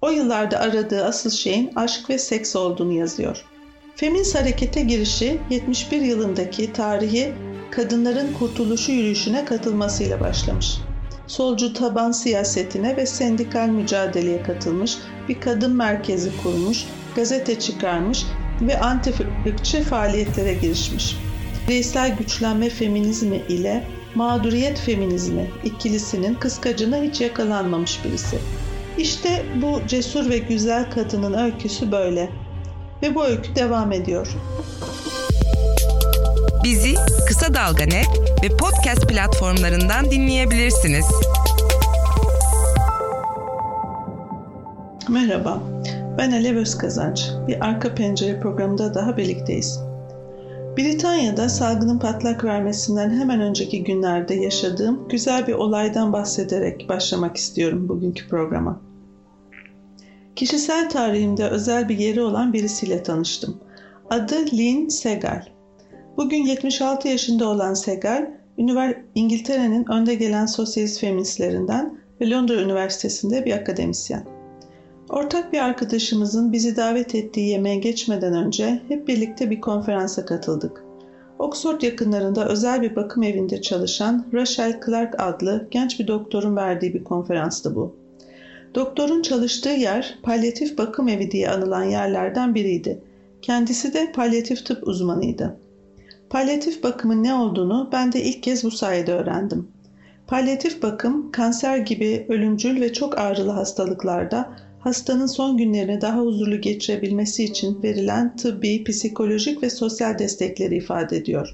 O yıllarda aradığı asıl şeyin aşk ve seks olduğunu yazıyor. Feminist harekete girişi 71 yılındaki tarihi kadınların kurtuluşu yürüyüşüne katılmasıyla başlamış. Solcu taban siyasetine ve sendikal mücadeleye katılmış, bir kadın merkezi kurmuş, gazete çıkarmış ve anti-ırkçı faaliyetlere girişmiş. Bireysel güçlenme feminizmi ile mağduriyet feminizmi ikilisinin kıskacına hiç yakalanmamış birisi. İşte bu cesur ve güzel kadının öyküsü böyle. Ve bu öykü devam ediyor. Bizi Kısa Dalga Net ve podcast platformlarından dinleyebilirsiniz. Merhaba, ben Alev Özkazanç. Bir Arka Pencere programında daha birlikteyiz. Britanya'da salgının patlak vermesinden hemen önceki günlerde yaşadığım güzel bir olaydan bahsederek başlamak istiyorum bugünkü programa. Kişisel tarihimde özel bir yeri olan birisiyle tanıştım. Adı Lynn Segal. Bugün 76 yaşında olan Segal, İngiltere'nin önde gelen sosyalist feministlerinden ve Londra Üniversitesi'nde bir akademisyen. Ortak bir arkadaşımızın bizi davet ettiği yemeğe geçmeden önce hep birlikte bir konferansa katıldık. Oxford yakınlarında özel bir bakım evinde çalışan Rachel Clark adlı genç bir doktorun verdiği bir konferanstı bu. Doktorun çalıştığı yer palyatif bakım evi diye anılan yerlerden biriydi. Kendisi de palyatif tıp uzmanıydı. Palyatif bakımın ne olduğunu ben de ilk kez bu sayede öğrendim. Palyatif bakım, kanser gibi ölümcül ve çok ağrılı hastalıklarda hastanın son günlerini daha huzurlu geçirebilmesi için verilen tıbbi, psikolojik ve sosyal destekleri ifade ediyor.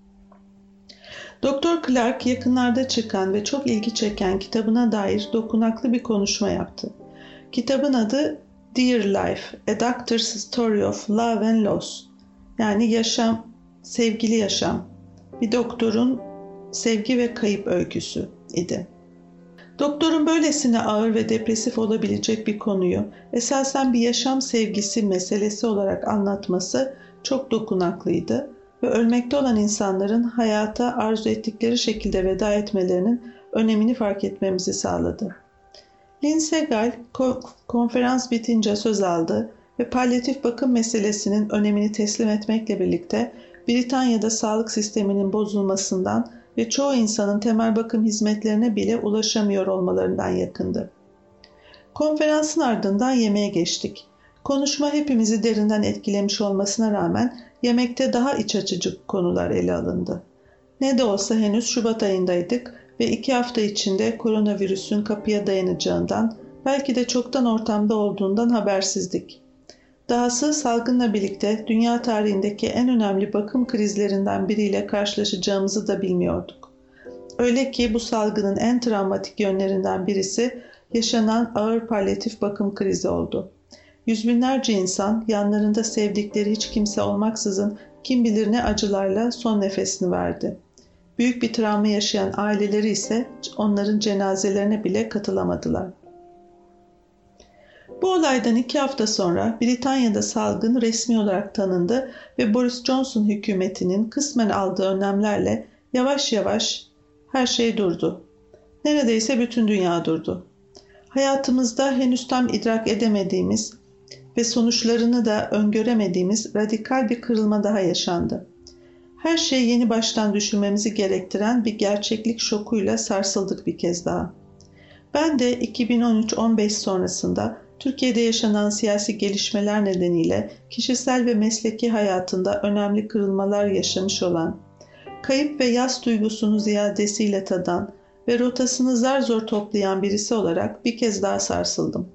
Doktor Clark yakınlarda çıkan ve çok ilgi çeken kitabına dair dokunaklı bir konuşma yaptı. Kitabın adı Dear Life, A Doctor's Story of Love and Loss. Yani yaşam, sevgili yaşam. Bir doktorun sevgi ve kayıp öyküsü idi. Doktorun böylesine ağır ve depresif olabilecek bir konuyu esasen bir yaşam sevgisi meselesi olarak anlatması çok dokunaklıydı ve ölmekte olan insanların hayata arzu ettikleri şekilde veda etmelerinin önemini fark etmemizi sağladı. Lynn Segal konferans bitince söz aldı ve palyatif bakım meselesinin önemini teslim etmekle birlikte Britanya'da sağlık sisteminin bozulmasından ve çoğu insanın temel bakım hizmetlerine bile ulaşamıyor olmalarından yakındı. Konferansın ardından yemeğe geçtik. Konuşma hepimizi derinden etkilemiş olmasına rağmen yemekte daha iç açıcı konular ele alındı. Ne de olsa henüz Şubat ayındaydık ve 2 hafta içinde koronavirüsün kapıya dayanacağından, belki de çoktan ortamda olduğundan habersizdik. Dahası salgınla birlikte dünya tarihindeki en önemli bakım krizlerinden biriyle karşılaşacağımızı da bilmiyorduk. Öyle ki bu salgının en travmatik yönlerinden birisi yaşanan ağır palyatif bakım krizi oldu. Yüz binlerce insan yanlarında sevdikleri hiç kimse olmaksızın kim bilir ne acılarla son nefesini verdi. Büyük bir travma yaşayan aileleri ise onların cenazelerine bile katılamadılar. Bu olaydan 2 hafta sonra Britanya'da salgın resmi olarak tanındı ve Boris Johnson hükümetinin kısmen aldığı önlemlerle yavaş yavaş her şey durdu. Neredeyse bütün dünya durdu. Hayatımızda henüz tam idrak edemediğimiz ve sonuçlarını da öngöremediğimiz radikal bir kırılma daha yaşandı. Her şeyi yeni baştan düşünmemizi gerektiren bir gerçeklik şokuyla sarsıldık bir kez daha. Ben de 2013-15 sonrasında Türkiye'de yaşanan siyasi gelişmeler nedeniyle kişisel ve mesleki hayatında önemli kırılmalar yaşamış olan, kayıp ve yas duygusunu ziyadesiyle tadan ve rotasını zar zor toplayan birisi olarak bir kez daha sarsıldım.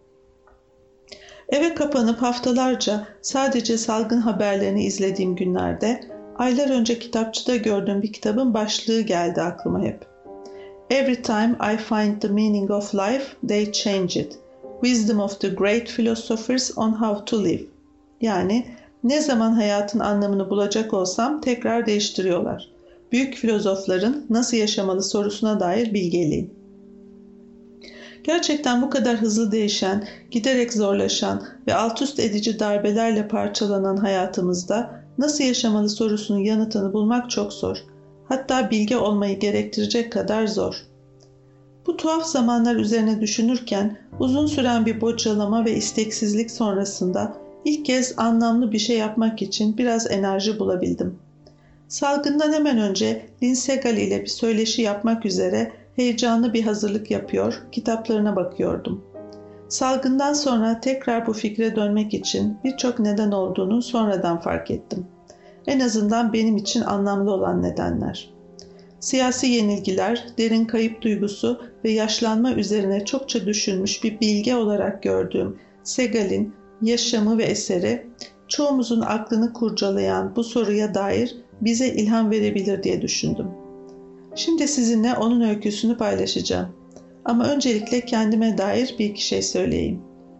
Eve kapanıp haftalarca sadece salgın haberlerini izlediğim günlerde, aylar önce kitapçıda gördüğüm bir kitabın başlığı geldi aklıma hep. Every time I find the meaning of life, they change it. Wisdom of the Great Philosophers on How to Live. Yani ne zaman hayatın anlamını bulacak olsam tekrar değiştiriyorlar. Büyük filozofların nasıl yaşamalı sorusuna dair bilgeliği. Gerçekten bu kadar hızlı değişen, giderek zorlaşan ve alt üst edici darbelerle parçalanan hayatımızda nasıl yaşamalı sorusunun yanıtını bulmak çok zor. Hatta bilge olmayı gerektirecek kadar zor. Bu tuhaf zamanlar üzerine düşünürken uzun süren bir bocalama ve isteksizlik sonrasında ilk kez anlamlı bir şey yapmak için biraz enerji bulabildim. Salgından hemen önce Lynn Segal ile bir söyleşi yapmak üzere heyecanlı bir hazırlık yapıyor, kitaplarına bakıyordum. Salgından sonra tekrar bu fikre dönmek için birçok neden olduğunu sonradan fark ettim. En azından benim için anlamlı olan nedenler. Siyasi yenilgiler, derin kayıp duygusu ve yaşlanma üzerine çokça düşünmüş bir bilge olarak gördüğüm Segal'in yaşamı ve eseri, çoğumuzun aklını kurcalayan bu soruya dair bize ilham verebilir diye düşündüm. Şimdi sizinle onun öyküsünü paylaşacağım. Ama öncelikle kendime dair bir iki şey söyleyeyim.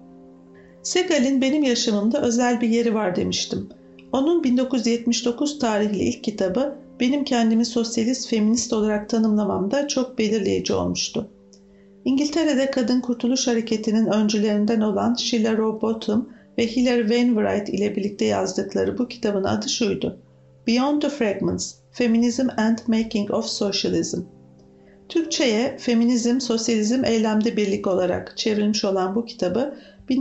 Segal'in benim yaşamımda özel bir yeri var demiştim. Onun 1979 tarihli ilk kitabı benim kendimi sosyalist feminist olarak tanımlamamda çok belirleyici olmuştu. İngiltere'de Kadın Kurtuluş Hareketi'nin öncülerinden olan Sheila Rowbottom ve Hilary Wainwright ile birlikte yazdıkları bu kitabın adı şuydu: Beyond the Fragments, Feminism and Making of Socialism. Türkçe'ye Feminizm, Sosyalizm, Eylemde Birlik olarak çevrilmiş olan bu kitabı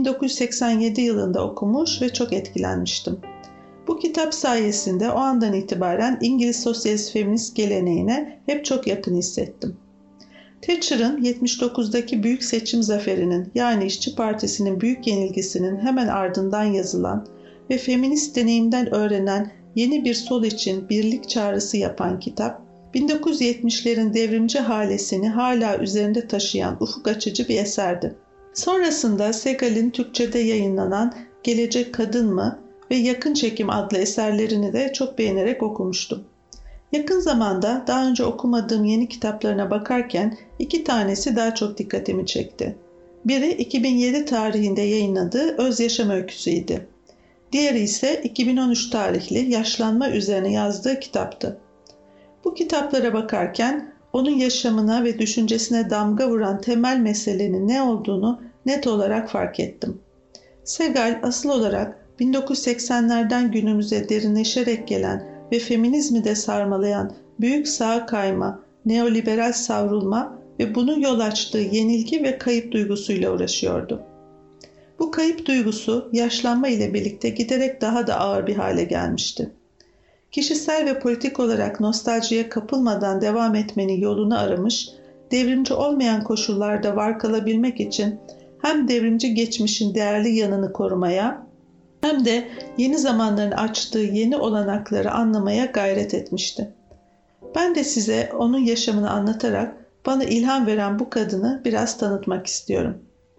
1987 yılında okumuş ve çok etkilenmiştim. Bu kitap sayesinde o andan itibaren İngiliz sosyalist feminist geleneğine hep çok yakın hissettim. Thatcher'ın 79'daki büyük seçim zaferinin, yani İşçi Partisi'nin büyük yenilgisinin hemen ardından yazılan ve feminist deneyimden öğrenen yeni bir sol için birlik çağrısı yapan kitap, 1970'lerin devrimci halesini hala üzerinde taşıyan ufuk açıcı bir eserdi. Sonrasında Segal'in Türkçe'de yayınlanan Gelecek Kadın mı ve Yakın Çekim adlı eserlerini de çok beğenerek okumuştum. Yakın zamanda daha önce okumadığım yeni kitaplarına bakarken iki tanesi daha çok dikkatimi çekti. Biri 2007 tarihinde yayınladığı Öz Yaşam Öyküsü'ydü. Diğeri ise 2013 tarihli Yaşlanma üzerine yazdığı kitaptı. Bu kitaplara bakarken onun yaşamına ve düşüncesine damga vuran temel meselenin ne olduğunu net olarak fark ettim. Segal asıl olarak 1980'lerden günümüze derinleşerek gelen ve feminizmi de sarmalayan büyük sağa kayma, neoliberal savrulma ve bunun yol açtığı yenilgi ve kayıp duygusuyla uğraşıyordu. Bu kayıp duygusu yaşlanma ile birlikte giderek daha da ağır bir hale gelmişti. Kişisel ve politik olarak nostaljiye kapılmadan devam etmenin yolunu aramış, devrimci olmayan koşullarda var kalabilmek için hem devrimci geçmişin değerli yanını korumaya hem de yeni zamanların açtığı yeni olanakları anlamaya gayret etmişti. Ben de size onun yaşamını anlatarak bana ilham veren bu kadını biraz tanıtmak istiyorum.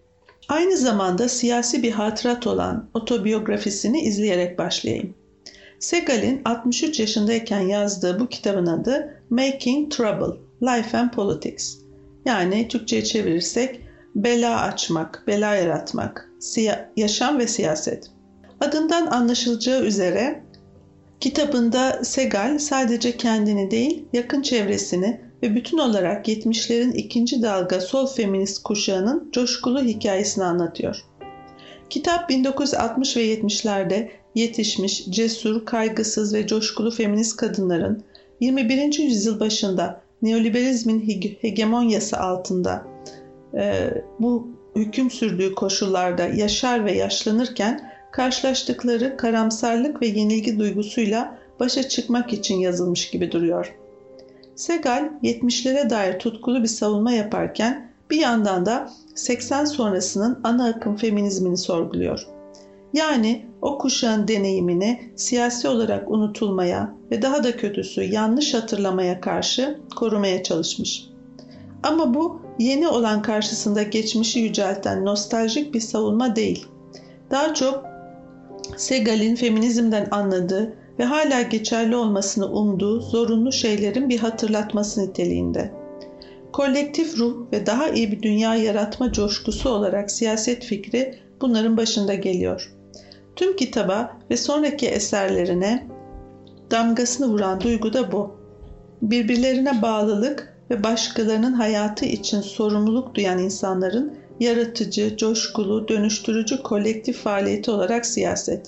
Aynı zamanda siyasi bir hatırat olan otobiyografisini izleyerek başlayayım. Segal'in 63 yaşındayken yazdığı bu kitabın adı Making Trouble, Life and Politics. Yani Türkçe'ye çevirirsek bela açmak, bela yaratmak, yaşam ve siyaset. Adından anlaşılacağı üzere kitabında Segal sadece kendini değil, yakın çevresini ve bütün olarak 70'lerin ikinci dalga sol feminist kuşağının coşkulu hikayesini anlatıyor. Kitap 1960 ve 70'lerde yetişmiş, cesur, kaygısız ve coşkulu feminist kadınların 21. yüzyıl başında neoliberalizmin hegemonyası altında bu hüküm sürdüğü koşullarda yaşar ve yaşlanırken karşılaştıkları karamsarlık ve yenilgi duygusuyla başa çıkmak için yazılmış gibi duruyor. Segal 70'lere dair tutkulu bir savunma yaparken bir yandan da 80 sonrasının ana akım feminizmini sorguluyor. Yani o kuşağın deneyimini siyasi olarak unutulmaya ve daha da kötüsü yanlış hatırlamaya karşı korumaya çalışmış. Ama bu yeni olan karşısında geçmişi yücelten nostaljik bir savunma değil. Daha çok Segal'in feminizmden anladığı ve hala geçerli olmasını umduğu zorunlu şeylerin bir hatırlatması niteliğinde. Kolektif ruh ve daha iyi bir dünya yaratma coşkusu olarak siyaset fikri bunların başında geliyor. Tüm kitaba ve sonraki eserlerine damgasını vuran duygu da bu. Birbirlerine bağlılık ve başkalarının hayatı için sorumluluk duyan insanların yaratıcı, coşkulu, dönüştürücü kolektif faaliyeti olarak siyaset.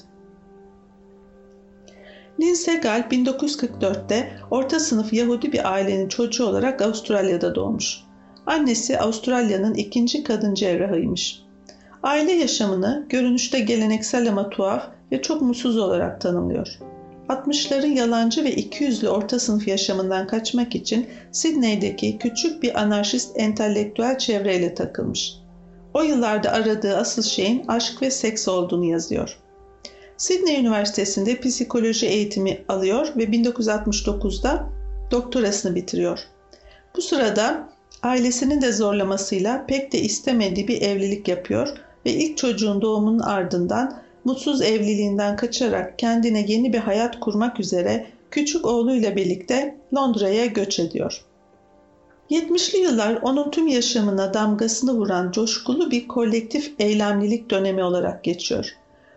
Lynn Segal 1944'te orta sınıf Yahudi bir ailenin çocuğu olarak Avustralya'da doğmuş. Annesi Avustralya'nın ikinci kadın cerrahıymış. Aile yaşamını görünüşte geleneksel ama tuhaf ve çok mutsuz olarak tanımlıyor. 60'ların yalancı ve ikiyüzlü orta sınıf yaşamından kaçmak için Sydney'deki küçük bir anarşist entelektüel çevreyle takılmış. O yıllarda aradığı asıl şeyin aşk ve seks olduğunu yazıyor. Sydney Üniversitesi'nde psikoloji eğitimi alıyor ve 1969'da doktorasını bitiriyor. Bu sırada ailesinin de zorlamasıyla pek de istemediği bir evlilik yapıyor ve ilk çocuğun doğumunun ardından mutsuz evliliğinden kaçarak kendine yeni bir hayat kurmak üzere küçük oğluyla birlikte Londra'ya göç ediyor. 70'li yıllar onun tüm yaşamına damgasını vuran coşkulu bir kolektif eylemlilik dönemi olarak geçiyor.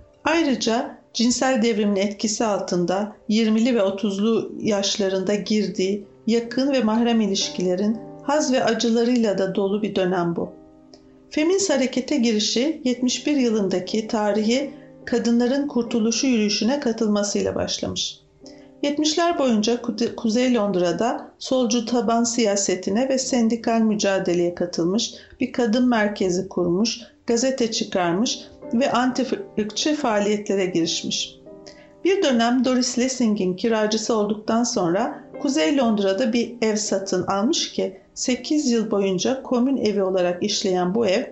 Ayrıca cinsel devrimin etkisi altında 20'li ve 30'lu yaşlarında girdiği yakın ve mahrem ilişkilerin haz ve acılarıyla da dolu bir dönem bu. Feminist harekete girişi 71 yılındaki tarihi kadınların kurtuluşu yürüyüşüne katılmasıyla başlamış. 70'ler boyunca Kuzey Londra'da solcu taban siyasetine ve sendikal mücadeleye katılmış, bir kadın merkezi kurmuş, gazete çıkarmış ve anti-ırkçı faaliyetlere girişmiş. Bir dönem Doris Lessing'in kiracısı olduktan sonra Kuzey Londra'da bir ev satın almış ki 8 yıl boyunca komün evi olarak işleyen bu ev,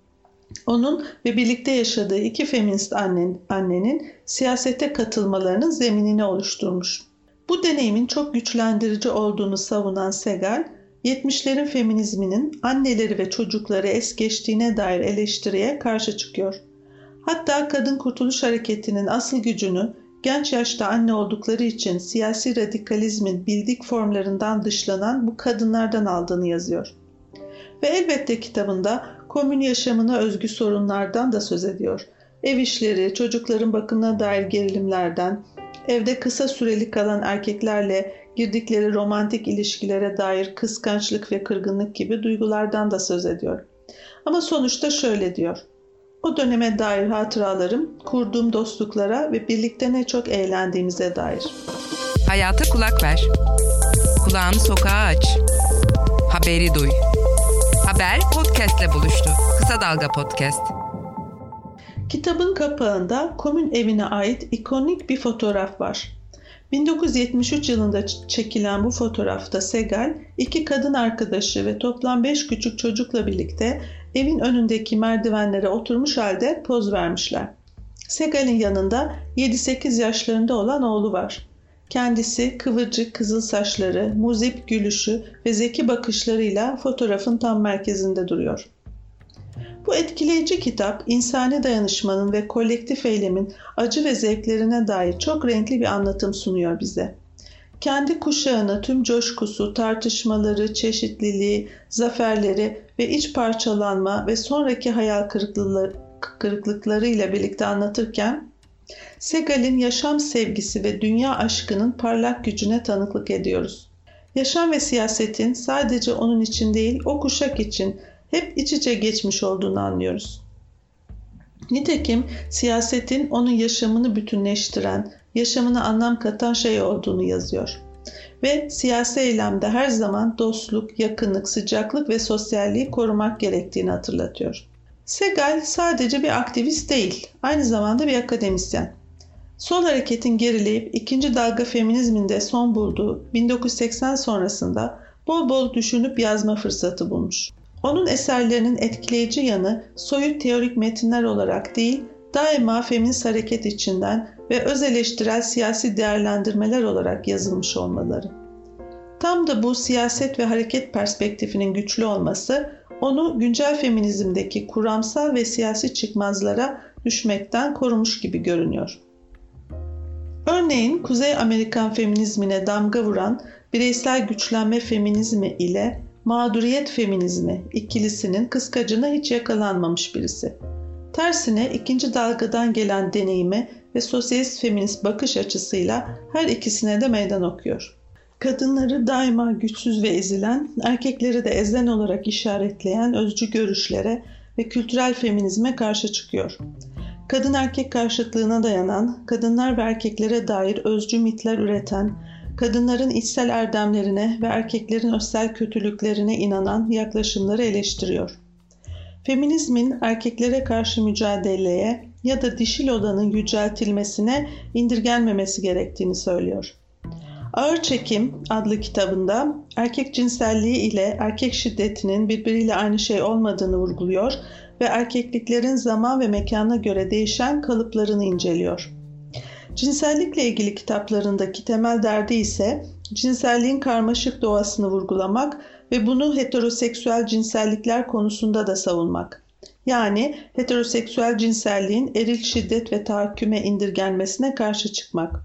onun ve birlikte yaşadığı iki feminist annenin siyasete katılmalarının zeminini oluşturmuş. Bu deneyimin çok güçlendirici olduğunu savunan Segal, 70'lerin feminizminin anneleri ve çocukları es geçtiğine dair eleştiriye karşı çıkıyor. Hatta kadın kurtuluş hareketinin asıl gücünü genç yaşta anne oldukları için siyasi radikalizmin bildik formlarından dışlanan bu kadınlardan aldığını yazıyor. Ve elbette kitabında komün yaşamına özgü sorunlardan da söz ediyor. Ev işleri, çocukların bakımına dair gerilimlerden, evde kısa süreli kalan erkeklerle girdikleri romantik ilişkilere dair kıskançlık ve kırgınlık gibi duygulardan da söz ediyor. Ama sonuçta şöyle diyor: o döneme dair hatıralarım, kurduğum dostluklara ve birlikte ne çok eğlendiğimize dair. Hayata kulak ver. Kulağını sokağa aç. Haberi duy. Haber podcast'le buluştu. Kısa Dalga Podcast. Kitabın kapağında komün evine ait ikonik bir fotoğraf var. 1973 yılında çekilen bu fotoğrafta Segal, iki kadın arkadaşı ve toplam 5 küçük çocukla birlikte evin önündeki merdivenlere oturmuş halde poz vermişler. Segal'in yanında 7-8 yaşlarında olan oğlu var. Kendisi kıvırcık kızıl saçları, muzip gülüşü ve zeki bakışlarıyla fotoğrafın tam merkezinde duruyor. Bu etkileyici kitap, insani dayanışmanın ve kolektif eylemin acı ve zevklerine dair çok renkli bir anlatım sunuyor bize. Kendi kuşağını tüm coşkusu, tartışmaları, çeşitliliği, zaferleri ve iç parçalanma ve sonraki hayal kırıklıklarıyla birlikte anlatırken, Segal'in yaşam sevgisi ve dünya aşkının parlak gücüne tanıklık ediyoruz. Yaşam ve siyasetin sadece onun için değil, o kuşak için hep iç içe geçmiş olduğunu anlıyoruz. Nitekim siyasetin onun yaşamını bütünleştiren, yaşamına anlam katan şey olduğunu yazıyor. Ve siyasi eylemde her zaman dostluk, yakınlık, sıcaklık ve sosyalliği korumak gerektiğini hatırlatıyor. Segal sadece bir aktivist değil, aynı zamanda bir akademisyen. Sol hareketin gerileyip ikinci dalga feminizminde son bulduğu 1980 sonrasında bol bol düşünüp yazma fırsatı bulmuş. Onun eserlerinin etkileyici yanı soyut teorik metinler olarak değil, daima feminist hareket içinden ve öz eleştirel siyasi değerlendirmeler olarak yazılmış olmaları. Tam da bu siyaset ve hareket perspektifinin güçlü olması, onu güncel feminizmdeki kuramsal ve siyasi çıkmazlara düşmekten korumuş gibi görünüyor. Örneğin Kuzey Amerikan feminizmine damga vuran bireysel güçlenme feminizmi ile mağduriyet feminizmi ikilisinin kıskacına hiç yakalanmamış birisi. Tersine ikinci dalgadan gelen deneyimi ve sosyalist feminist bakış açısıyla her ikisine de meydan okuyor. Kadınları daima güçsüz ve ezilen, erkekleri de ezen olarak işaretleyen özcü görüşlere ve kültürel feminizme karşı çıkıyor. Kadın erkek karşıtlığına dayanan, kadınlar ve erkeklere dair özcü mitler üreten, kadınların içsel erdemlerine ve erkeklerin özsel kötülüklerine inanan yaklaşımları eleştiriyor. Feminizmin erkeklere karşı mücadeleye ya da dişil olanın yüceltilmesine indirgenmemesi gerektiğini söylüyor. Ağır Çekim adlı kitabında erkek cinselliği ile erkek şiddetinin birbiriyle aynı şey olmadığını vurguluyor ve erkekliklerin zaman ve mekana göre değişen kalıplarını inceliyor. Cinsellikle ilgili kitaplarındaki temel derdi ise cinselliğin karmaşık doğasını vurgulamak ve bunu heteroseksüel cinsellikler konusunda da savunmak. Yani heteroseksüel cinselliğin eril şiddet ve tahakküme indirgenmesine karşı çıkmak.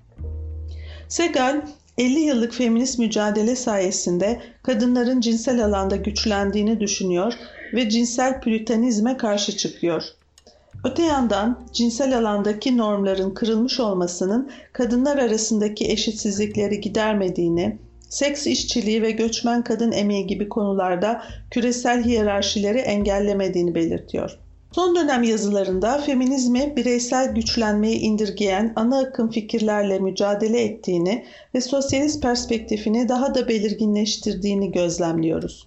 Segal, 50 yıllık feminist mücadele sayesinde kadınların cinsel alanda güçlendiğini düşünüyor ve cinsel püritanizme karşı çıkıyor. Öte yandan cinsel alandaki normların kırılmış olmasının kadınlar arasındaki eşitsizlikleri gidermediğini, seks işçiliği ve göçmen kadın emeği gibi konularda küresel hiyerarşileri engellemediğini belirtiyor. Son dönem yazılarında feminizmi bireysel güçlenmeyi indirgeyen ana akım fikirlerle mücadele ettiğini ve sosyalist perspektifini daha da belirginleştirdiğini gözlemliyoruz.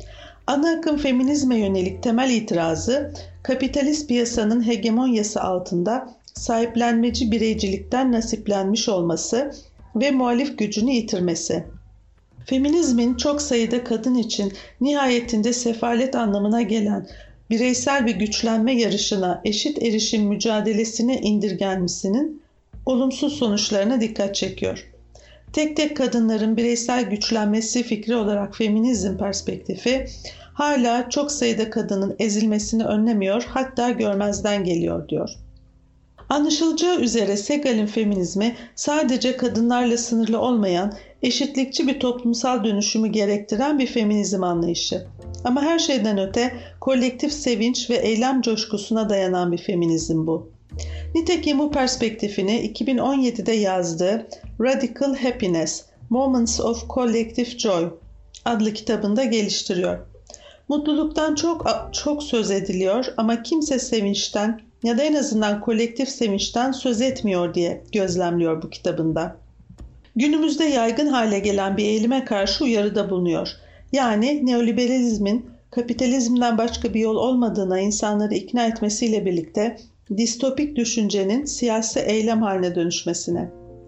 Ana akım feminizme yönelik temel itirazı, kapitalist piyasanın hegemonyası altında sahiplenmeci bireycilikten nasiplenmiş olması ve muhalif gücünü yitirmesi. Feminizmin çok sayıda kadın için nihayetinde sefalet anlamına gelen bireysel bir güçlenme yarışına, eşit erişim mücadelesine indirgenmesinin olumsuz sonuçlarına dikkat çekiyor. Tek tek kadınların bireysel güçlenmesi fikri olarak feminizm perspektifi hala çok sayıda kadının ezilmesini önlemiyor, hatta görmezden geliyor diyor. Anlaşılacağı üzere Segal'in feminizmi sadece kadınlarla sınırlı olmayan, eşitlikçi bir toplumsal dönüşümü gerektiren bir feminizm anlayışı. Ama her şeyden öte kolektif sevinç ve eylem coşkusuna dayanan bir feminizm bu. Nitekim bu perspektifini 2017'de yazdığı Radical Happiness, Moments of Collective Joy adlı kitabında geliştiriyor. Mutluluktan çok söz ediliyor ama kimse sevinçten ya da en azından kolektif sevinçten söz etmiyor diye gözlemliyor bu kitabında. Günümüzde yaygın hale gelen bir eğilime karşı uyarıda bulunuyor. Yani neoliberalizmin kapitalizmden başka bir yol olmadığına insanları ikna etmesiyle birlikte distopik düşüncenin siyasi eylem haline dönüşmesine.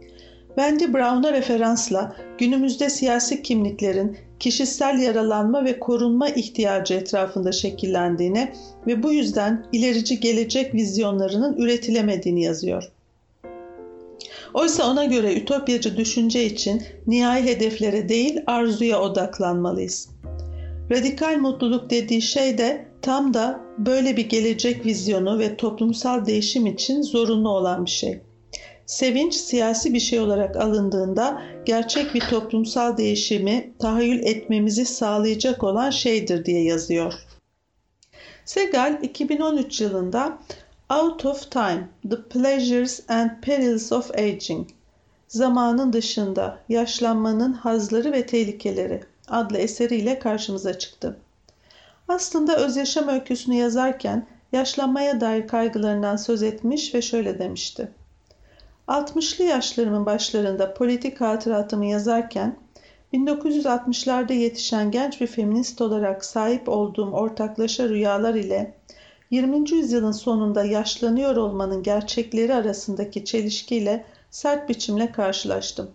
Wendy Brown'a referansla günümüzde siyasi kimliklerin kişisel yaralanma ve korunma ihtiyacı etrafında şekillendiğine ve bu yüzden ilerici gelecek vizyonlarının üretilemediğini yazıyor. Oysa ona göre ütopyacı düşünce için nihai hedeflere değil arzuya odaklanmalıyız. Radikal mutluluk dediği şey de tam da böyle bir gelecek vizyonu ve toplumsal değişim için zorunlu olan bir şey. Sevinç siyasi bir şey olarak alındığında gerçek bir toplumsal değişimi tahayyül etmemizi sağlayacak olan şeydir diye yazıyor. Segal 2013 yılında Out of Time, The Pleasures and Perils of Aging, Zamanın Dışında, Yaşlanmanın Hazları ve Tehlikeleri adlı eseriyle karşımıza çıktı. Aslında özyaşam öyküsünü yazarken yaşlanmaya dair kaygılarından söz etmiş ve şöyle demişti. 60'lı yaşlarımın başlarında politik hatıratımı yazarken 1960'larda yetişen genç bir feminist olarak sahip olduğum ortaklaşa rüyalar ile 20. yüzyılın sonunda yaşlanıyor olmanın gerçekleri arasındaki çelişkiyle sert biçimle karşılaştım.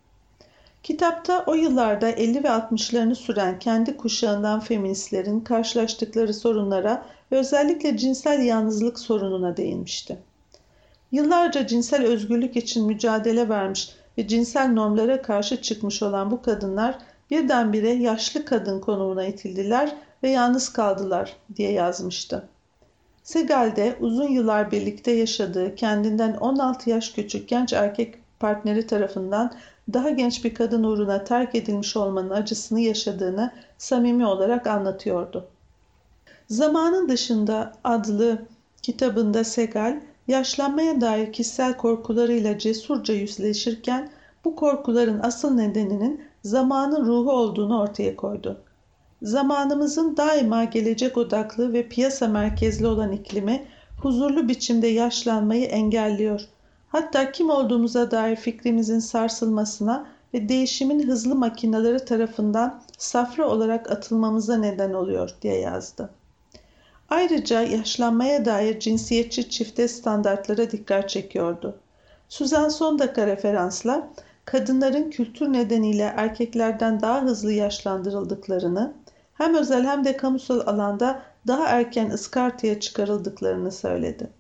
Kitapta o yıllarda 50 ve 60'larını süren kendi kuşağından feministlerin karşılaştıkları sorunlara ve özellikle cinsel yalnızlık sorununa değinmişti. Yıllarca cinsel özgürlük için mücadele vermiş ve cinsel normlara karşı çıkmış olan bu kadınlar birdenbire yaşlı kadın konumuna itildiler ve yalnız kaldılar diye yazmıştı. Segal de uzun yıllar birlikte yaşadığı kendinden 16 yaş küçük genç erkek partneri tarafından daha genç bir kadın uğruna terk edilmiş olmanın acısını yaşadığını samimi olarak anlatıyordu. Zamanın Dışında adlı kitabında Segal, yaşlanmaya dair kişisel korkularıyla cesurca yüzleşirken bu korkuların asıl nedeninin zamanın ruhu olduğunu ortaya koydu. Zamanımızın daima gelecek odaklı ve piyasa merkezli olan iklimi huzurlu biçimde yaşlanmayı engelliyor. Hatta kim olduğumuza dair fikrimizin sarsılmasına ve değişimin hızlı makineleri tarafından safra olarak atılmamıza neden oluyor diye yazdı. Ayrıca yaşlanmaya dair cinsiyetçi çifte standartlara dikkat çekiyordu. Susan Sontag'a referansla kadınların kültür nedeniyle erkeklerden daha hızlı yaşlandırıldıklarını, hem özel hem de kamusal alanda daha erken ıskartaya çıkarıldıklarını söyledi.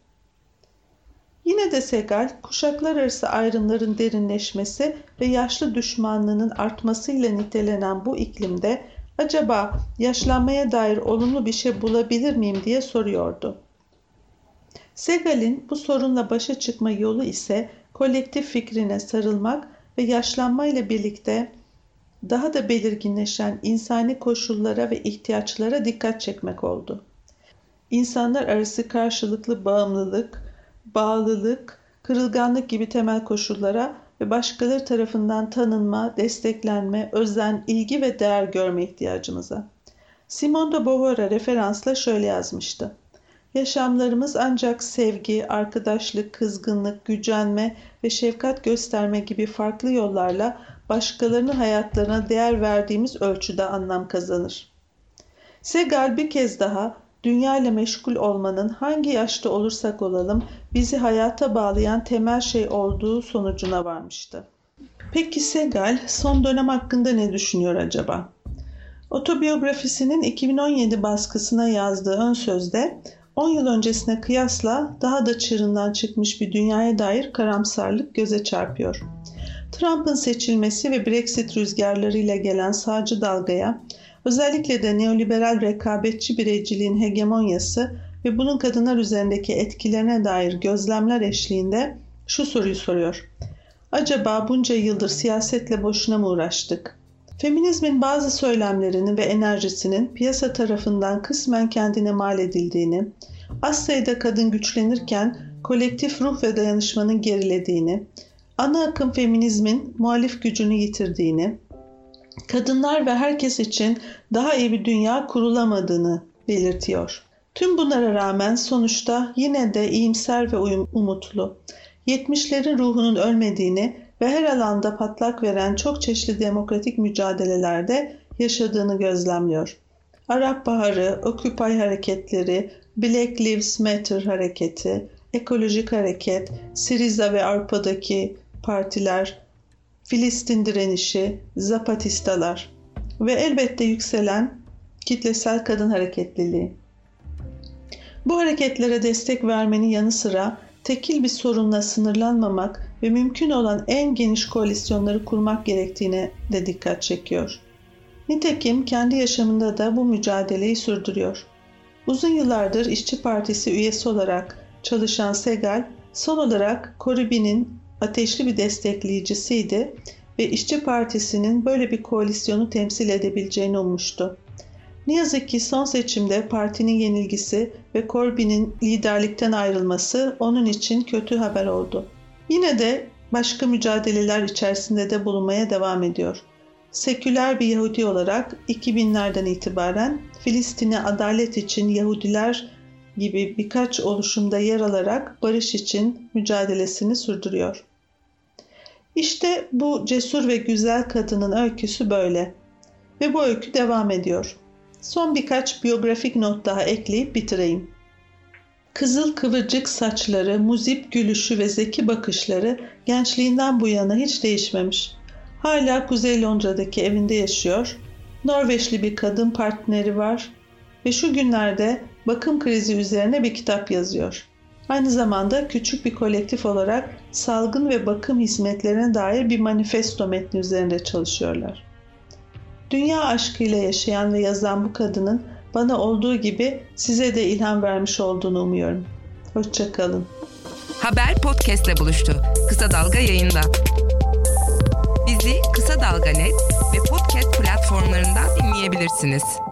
Yine de Segal, kuşaklar arası ayrımların derinleşmesi ve yaşlı düşmanlığının artmasıyla nitelenen bu iklimde acaba yaşlanmaya dair olumlu bir şey bulabilir miyim diye soruyordu. Segal'in bu sorunla başa çıkma yolu ise kolektif fikrine sarılmak ve yaşlanmayla birlikte daha da belirginleşen insani koşullara ve ihtiyaçlara dikkat çekmek oldu. İnsanlar arası karşılıklı bağlılık, kırılganlık gibi temel koşullara ve başkaları tarafından tanınma, desteklenme, özen, ilgi ve değer görme ihtiyacımıza. Simone de Beauvoir'a referansla şöyle yazmıştı. Yaşamlarımız ancak sevgi, arkadaşlık, kızgınlık, gücenme ve şefkat gösterme gibi farklı yollarla başkalarının hayatlarına değer verdiğimiz ölçüde anlam kazanır. Segal bir kez daha dünya ile meşgul olmanın hangi yaşta olursak olalım bizi hayata bağlayan temel şey olduğu sonucuna varmıştı. Peki Segal son dönem hakkında ne düşünüyor acaba? Otobiyografisinin 2017 baskısına yazdığı ön sözde 10 yıl öncesine kıyasla daha da çığırından çıkmış bir dünyaya dair karamsarlık göze çarpıyor. Trump'ın seçilmesi ve Brexit rüzgarlarıyla gelen sağcı dalgaya, özellikle de neoliberal rekabetçi bireyciliğin hegemonyası ve bunun kadınlar üzerindeki etkilerine dair gözlemler eşliğinde şu soruyu soruyor. Acaba bunca yıldır siyasetle boşuna mı uğraştık? Feminizmin bazı söylemlerinin ve enerjisinin piyasa tarafından kısmen kendine mal edildiğini, az sayıda kadın güçlenirken kolektif ruh ve dayanışmanın gerilediğini, ana akım feminizmin muhalif gücünü yitirdiğini, kadınlar ve herkes için daha iyi bir dünya kurulamadığını belirtiyor. Tüm bunlara rağmen sonuçta yine de iyimser ve umutlu, 70'lerin ruhunun ölmediğini ve her alanda patlak veren çok çeşitli demokratik mücadelelerde yaşadığını gözlemliyor. Arap Baharı, Occupy hareketleri, Black Lives Matter hareketi, ekolojik hareket, Syriza ve Avrupa'daki partiler, Filistin direnişi, Zapatistalar ve elbette yükselen kitlesel kadın hareketliliği. Bu hareketlere destek vermenin yanı sıra tekil bir sorunla sınırlanmamak ve mümkün olan en geniş koalisyonları kurmak gerektiğine de dikkat çekiyor. Nitekim kendi yaşamında da bu mücadeleyi sürdürüyor. Uzun yıllardır İşçi Partisi üyesi olarak çalışan Segal, son olarak Corbyn'in ateşli bir destekleyicisiydi ve İşçi Partisi'nin böyle bir koalisyonu temsil edebileceğini ummuştu. Ne yazık ki son seçimde partinin yenilgisi ve Corbyn'in liderlikten ayrılması onun için kötü haber oldu. Yine de başka mücadeleler içerisinde de bulunmaya devam ediyor. Seküler bir Yahudi olarak 2000'lerden itibaren Filistin'e adalet için Yahudiler gibi birkaç oluşumda yer alarak barış için mücadelesini sürdürüyor. İşte bu cesur ve güzel kadının öyküsü böyle ve bu öykü devam ediyor. Son birkaç biyografik not daha ekleyip bitireyim. Kızıl kıvırcık saçları, muzip gülüşü ve zeki bakışları gençliğinden bu yana hiç değişmemiş. Hala Kuzey Londra'daki evinde yaşıyor. Norveçli bir kadın partneri var ve şu günlerde bakım krizi üzerine bir kitap yazıyor. Aynı zamanda küçük bir kolektif olarak salgın ve bakım hizmetlerine dair bir manifesto metni üzerinde çalışıyorlar. Dünya aşkıyla yaşayan ve yazan bu kadının bana olduğu gibi size de ilham vermiş olduğunu umuyorum. Hoşça kalın. Haber podcast'le buluştu. Kısa Dalga yayında. Bizi Kısa Dalga.net ve podcast platformlarından dinleyebilirsiniz.